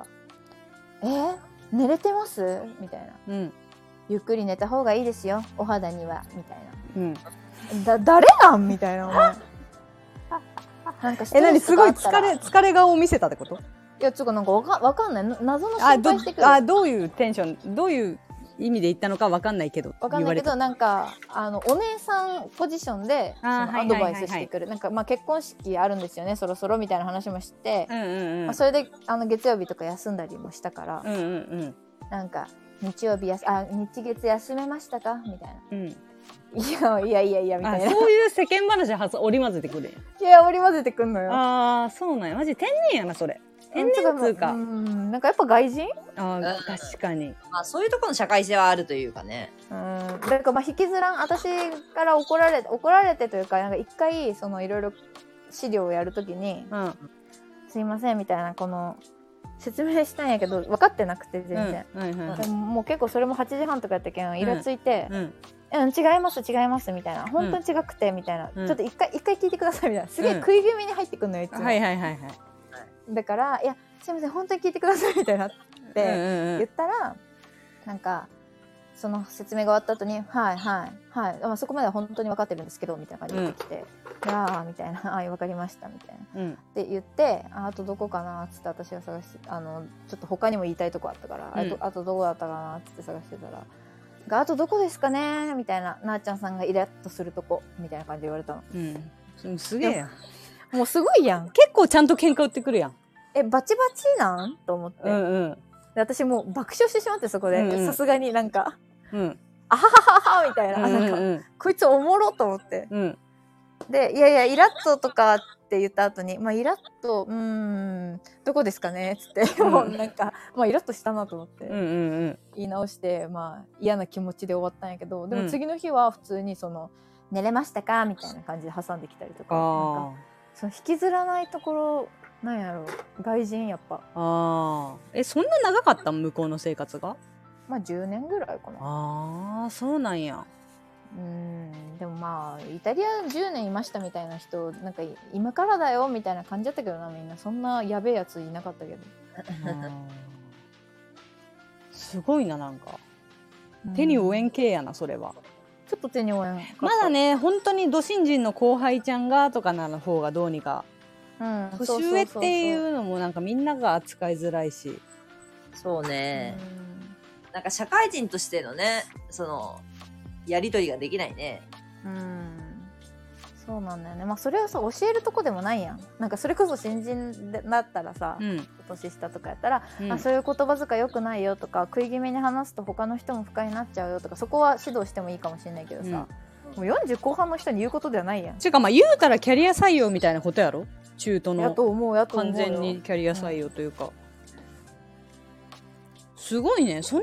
「寝れてます?」みたいなうん。 「ゆっくり寝た方がいいですよお肌には」みたいうん。 な「誰なん?」みたいななんかストレ何スすごいとかあったら疲れ顔を見せたってこと？ いや、ちょっとなんかわかんない。謎の心配してくる。 どういうテンション、どういう意味で言ったのかわかんないけど。 わかんないけど、なんか、お姉さんポジションで、そのアドバイスしてくる。なんか、まあ、結婚式あるんですよね、そろそろみたいな話もして、まあ、それで、月曜日とか休んだりもしたから、なんか、日月休めましたかみたいな。いや、みたいな。 そういう世間話織り交ぜてくるいや、織り交ぜてくんのよ。 ああ、そうなんや。マジ天然やな、それ。天然っつうか。 なんかやっぱ外人？ 確かに。 まあそういうところの社会性はあるというかね。 だからまあ引きずらん、私から怒られてというか、なんか一回そのいろいろ資料をやるときに、すいませんみたいなこの説明したんやけど分かってなくて全然。でももう結構それも8時半とかやったけんイラついて、違いますみたいな、本当に違くてみたいな、ちょっと一回聞いてくださいみたいな、すげえ食い気味に入ってくんのよいつも。だから「いやすいません本当に聞いてください」みたいになって言ったら、なんかその説明が終わった後に「はいはいはい、まあ、そこまでは本当に分かってるんですけど」みたいな感じで言ってきて「いやー」みたいな「はい分かりました」みたいな、って言って「あとどこかな」っつって私が探してちょっと他にも言いたいとこあったから「あとどこだったかな」っつって探してたら「あとどこですかね」みたいな、なあちゃんさんがイラッとするとこみたいな感じで言われたの。 すげえやん。 もうすごいやん。 結構ちゃんと喧嘩売ってくるやん。 バチバチなんと思って、で私もう爆笑してしまってそこでさすがになんか「あはははは」みたいな、なんかこいつおもろと思って、で「いやいやイラッととか」って言った後に「まあイラッとどこですかね」っつって、もうなんかまあイラッとしたなと思って言い直して、まあ嫌な気持ちで終わったんやけど、でも次の日は普通にその「寝れましたか?」みたいな感じで挟んできたりとか、なんかその引きずらないところなんやろ、外人やっぱ。 そんな長かった向こうの生活が？ まあ10年ぐらいかな。 ああ、そうなんや。 でもまあイタリア10年いましたみたいな人なんか今からだよみたいな感じだったけどな、みんなそんなやべえやついなかったけど。 すごいな、なんか手に負えん系やな、それは。 ちょっと手に負えんかった。 まだね、本当にド新人の後輩ちゃんがとかなの方がどうにか、年上っていうのもなんかみんなが扱いづらいし。 そうね、なんか社会人としてのね、そのやりとりができないね。 そうなんだよね。まあそれをさ教えるとこでもないやん。なんかそれこそ新人だったらさ、年下とかやったら、あ、そういう言葉遣い良くないよとか、食い気味に話すと他の人も不快になっちゃうよとか、そこは指導してもいいかもしれないけどさ、もう40後半の人に言うことではないやん。 てかまあ言うたらキャリア採用みたいなことやろ、中途の。 やと思う完全にキャリア採用というか、すごいね、そん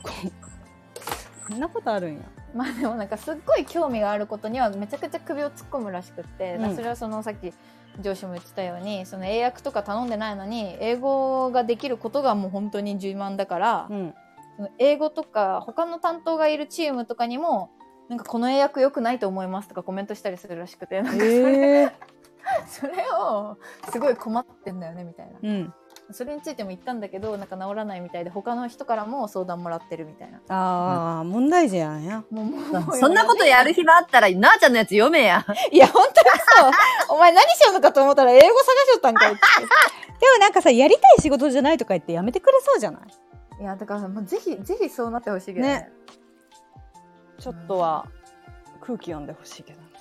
なことあるんや。 まあでもなんかすっごい興味があることにはめちゃくちゃ首を突っ込むらしくって、それはそのさっき上司も言ってたように、その英訳とか頼んでないのに英語ができることがもう本当に自慢だから、その英語とか他の担当がいるチームとかにもなんかこの英訳良くないと思いますとかコメントしたりするらしくて、なんかそれをすごい困ってんだよねみたいな。それについても言ったんだけどなんか治らないみたいで、他の人からも相談もらってるみたいな。 ああ、問題児やんや。 もうそんなことやる暇あったらなあちゃんのやつ読めや。 いや本当にそうお前何しようのかと思ったら英語探しよったんかいってでもなんかさ、やりたい仕事じゃないとか言ってやめてくれそうじゃない？ いやだからもうぜひそうなってほしいけどね。 ちょっとは空気読んでほしいけどね。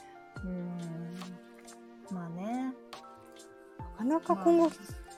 まあね、 なかなか今後、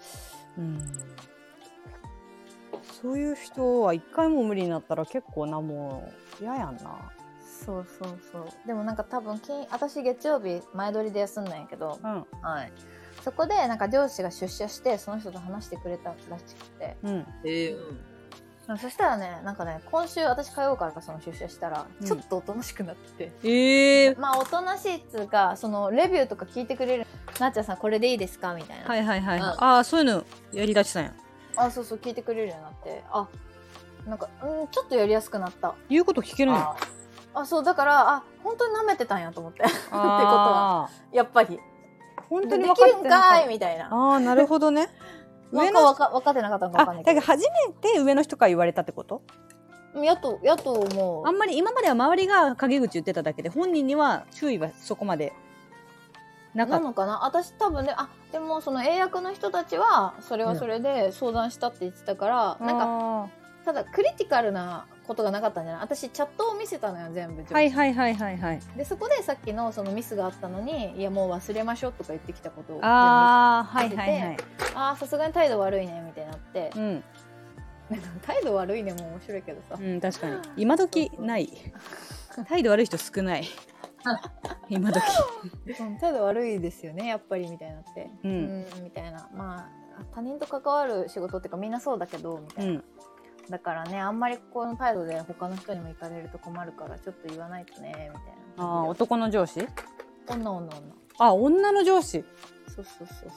そういう人は一回も無理になったら結構な、もう嫌やんな。 そうでもなんか多分私月曜日前撮りで休んだんやけど、そこでなんか上司が出社してその人と話してくれたらしくて、そしたらね、なんかね、今週私火曜からその出社したらちょっとおとなしくなってて、まあおとなしいっつうか、そのレビューとか聞いてくれる、なっちゃんさんこれでいいですかみたいな、 ああ、そういうのやりがちさんや。 そう聞いてくれるようになって、なんかちょっとやりやすくなった。 言うこと聞けるんや。 そうだから本当に舐めてたんやと思ってってことはやっぱり本当にできるんかいみたいな。 なるほどね。 上の分かってなかったのか分かんないけど。 だから初めて上の人から言われたってこと？ やと思う。 あんまり今までは周りが陰口言ってただけで本人には注意はそこまでなかった。 なのかな。私多分ね、でもその英訳の人たちはそれはそれで相談したって言ってたから、なんかただクリティカルなことがなかったんじゃない？私チャットを見せたのよ全部。でそこでさっきのそのミスがあったのに、いやもう忘れましょうとか言ってきたことをさすがに態度悪いねみたいになって、なんか態度悪いねも面白いけどさ、 確かに今時ない態度悪い人少ない今時態度悪いですよねやっぱりみたいになって、みたいな、まあ他人と関わる仕事っていうかみんなそうだけどみたいな、だからね、あんまりこの態度で他の人にも行かれると困るからちょっと言わないとねみたいな。 男の上司？ 女。 女の上司。 そう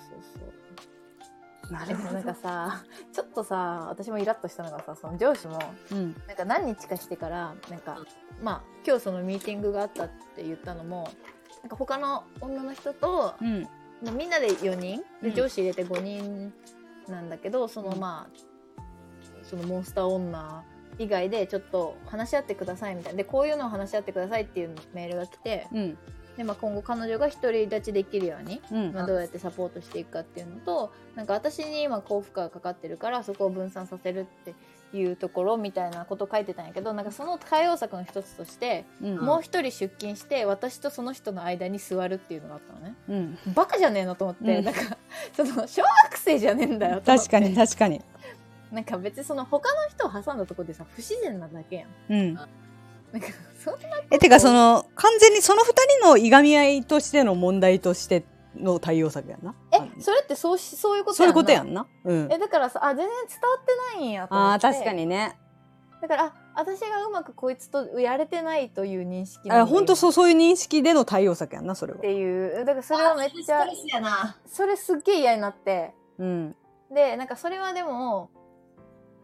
なるほど。なんかさ、ちょっとさ、私もイラッとしたのがさ、その上司も、なんか何日かしてからなんかまあ今日そのミーティングがあったって言ったのも、なんか他の女の人と、みんなで4人で上司入れて5人なんだけど、そのまあそのモンスター女以外でちょっと話し合ってくださいみたいな、でこういうのを話し合ってくださいっていうメールが来て、で今後彼女が独り立ちできるように、どうやってサポートしていくかっていうのと、なんか私に今高負荷がかかってるからそこを分散させるっていうところみたいなことを書いてたんやけど、なんかその対応策の一つとして、もう一人出勤して私とその人の間に座るっていうのがあったのね、バカじゃねえのと思って、なんかその小学生じゃねえんだよと思って。 確かになんか別にその他の人を挟んだところでさ不自然なだけやん。なんかそんなてかその完全にその2人のいがみ合いとしての問題としての対応策やな。 それってそういうことやんな。 そういうことやんな。 だからさ、全然伝わってないんやと思って。 確かにね。 だから私がうまくこいつとやれてないという認識なんだ。本当そういう認識での対応策やんなそれは。 っていう、だからそれはめっちゃそれすっげえ嫌になって、でなんかそれはでも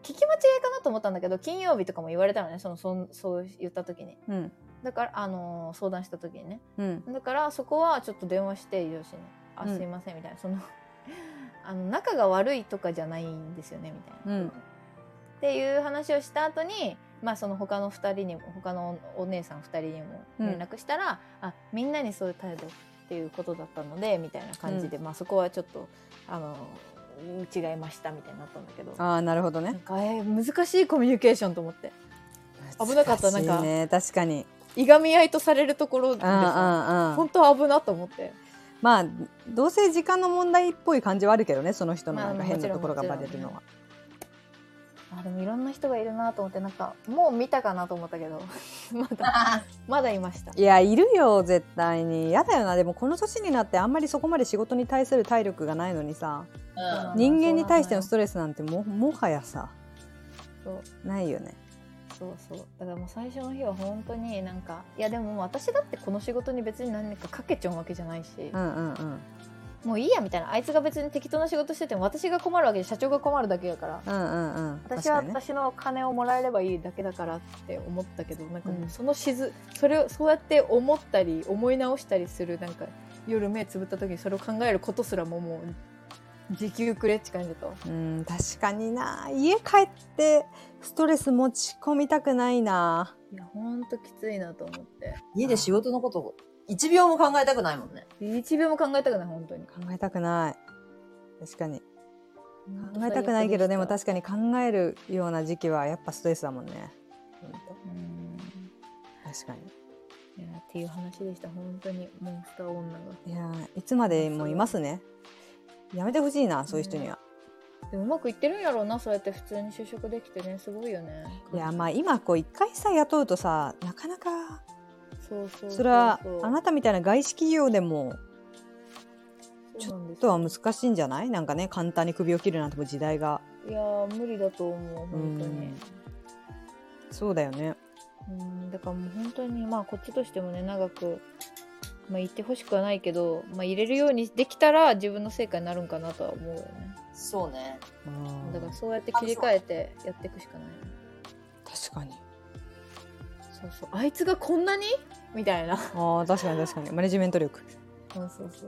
聞き間違いかなと思ったんだけど、金曜日とかも言われたのね、そう言った時に。 うんだから相談した時にね。 うんだからそこはちょっと電話して上司に「あ、 うんすいません」みたいな、仲が悪いとかじゃないんですよねみたいな、 うんっていう話をした後に、まあその他のお姉さん2人にも連絡したら、あ、みんなにそういう態度っていうことだったのでみたいな感じで、まあそこはちょっと違いましたみたいになったんだけど、 ああなるほどね。 なんか難しいコミュニケーションと思って、危なかったなんか難しいね、確かに。 いがみ合いとされるところでうんうんうん本当危なと思って。 まあどうせ時間の問題っぽい感じはあるけどね、その人のなんかまあ変なところがバレるのは。 でもいろんな人がいるなと思って、なんかもう見たかなと思ったけどまだいました。 いやいるよ絶対に。嫌だよな。でもこの年になってあんまりそこまで仕事に対する体力がないのにさ、 うん人間に対してのストレスなんてもはやさそうないよね。 そうだからもう最初の日は本当になんか、いやでも私だってこの仕事に別に何かかけちゃうわけじゃないし、 うんうんうんもういいやみたいな、あいつが別に適当な仕事してても私が困るわけで社長が困るだけだから、 うんうんうん。 私は確かにね。 私の金をもらえればいいだけだからって思ったけど、なんかもうそれをそうやって思ったり思い直したりする、なんか夜目つぶった時にそれを考えることすらもう時給くれって感じだったわ。 うん確かにな。家帰ってストレス持ち込みたくないな。 いやほんときついなと思って、 家で仕事のこと1秒も考えたくないもんね。 1秒も考えたくない本当に。 考えたくない。確かに考えたくないけど、でも確かに考えるような時期はやっぱストレスだもんね。ほんと確かに。 いやっていう話でした。本当にモンスター女が。 いやいつまでもいますね。やめてほしいな、そういう人には。 でもうまくいってるんやろうな、そうやって普通に就職できてね、すごいよね。 いやまあ今こう一回さ雇うとさ、なかなかそうそれはあなたみたいな外資企業でもちょっとは難しいんじゃない？なんかね、簡単に首を切るなんても時代が。 いや無理だと思う本当に。 そうだよね。 だからもう本当にまあこっちとしてもね、長くまあ言ってほしくはないけど、まあ入れるようにできたら自分の成果になるんかなとは思うよね。 そうね。 だからそうやって切り替えてやっていくしかないね。 確かに。 そうあいつがこんなにみたいな。 あ確かに確かに。マネジメント力。 そう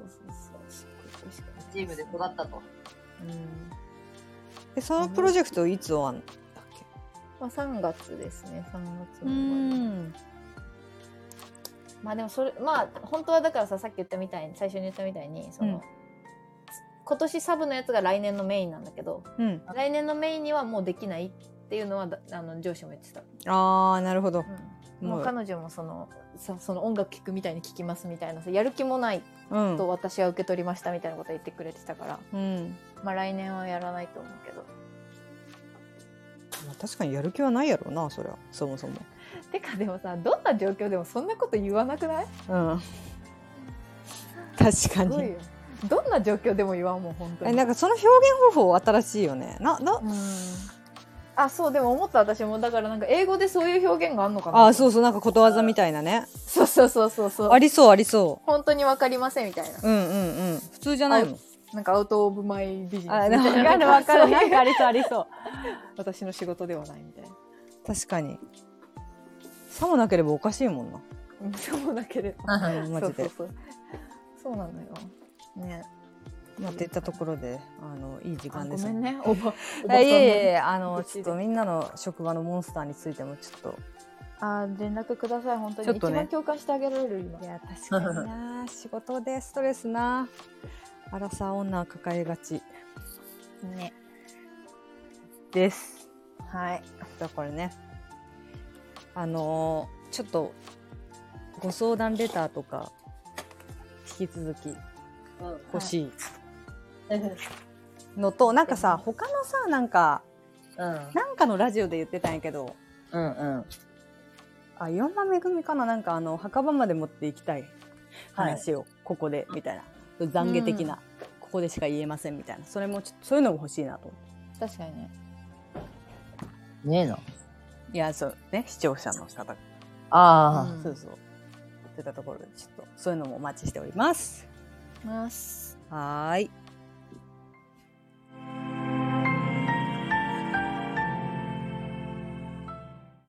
チームで育ったと。 そのプロジェクトいつ終わんだっけ？ まあ3月ですね。3月の。 まあでもまあ本当はだからさっき言ったみたいに、最初に言ったみたいに今年サブのやつが来年のメインなんだけど、来年のメインにはもうできないっていうのは上司も言ってた。 ああなるほど。 もう彼女もその音楽聴くみたいに聴きますみたいなさ、やる気もないと私は受け取りましたみたいなこと言ってくれてたから、まあ来年はやらないと思うけど。 確かにやる気はないやろうな、それはそもそも。 てかでもさ、どんな状況でもそんなこと言わなくない？ 確かに。 どんな状況でも言わんもん本当に。 なんかその表現方法新しいよね。 あ、そう、でも思った私も。だからなんか英語でそういう表現があんのかな。 そうなんかことわざみたいなね。 そうありそうありそう。 本当にわかりませんみたいな。 普通じゃないもん。 なんかアウトオブマイビジネスみたいな。わかるなんかありそうありそう。 私の仕事ではないみたいな。 確かに。さもなければおかしいもんな。 さもなければ。 マジで。 そうなのよ。ね。 っていったところでいい時間です。 ごめんね。 いやちょっとみんなの職場のモンスターについてもちょっと連絡ください。本当に一番共感してあげられる今。 いや確かにな。仕事でストレスな。アラサー女抱えがちねです。 はい。 だからねちょっとご相談レターとか引き続き欲しいのと、なんかさ他のさなんかのラジオで言ってたんやけど、いろんな恵みかな、なんか墓場まで持っていきたい話をここでみたいな。懺悔的な、ここでしか言えませんみたいな、それもちょっとそういうのも欲しいなと思って。 確かにね。 ねえの。 いやそうね、視聴者の方そうそう言ってたところでちょっとそういうのもお待ちしております。 はーい。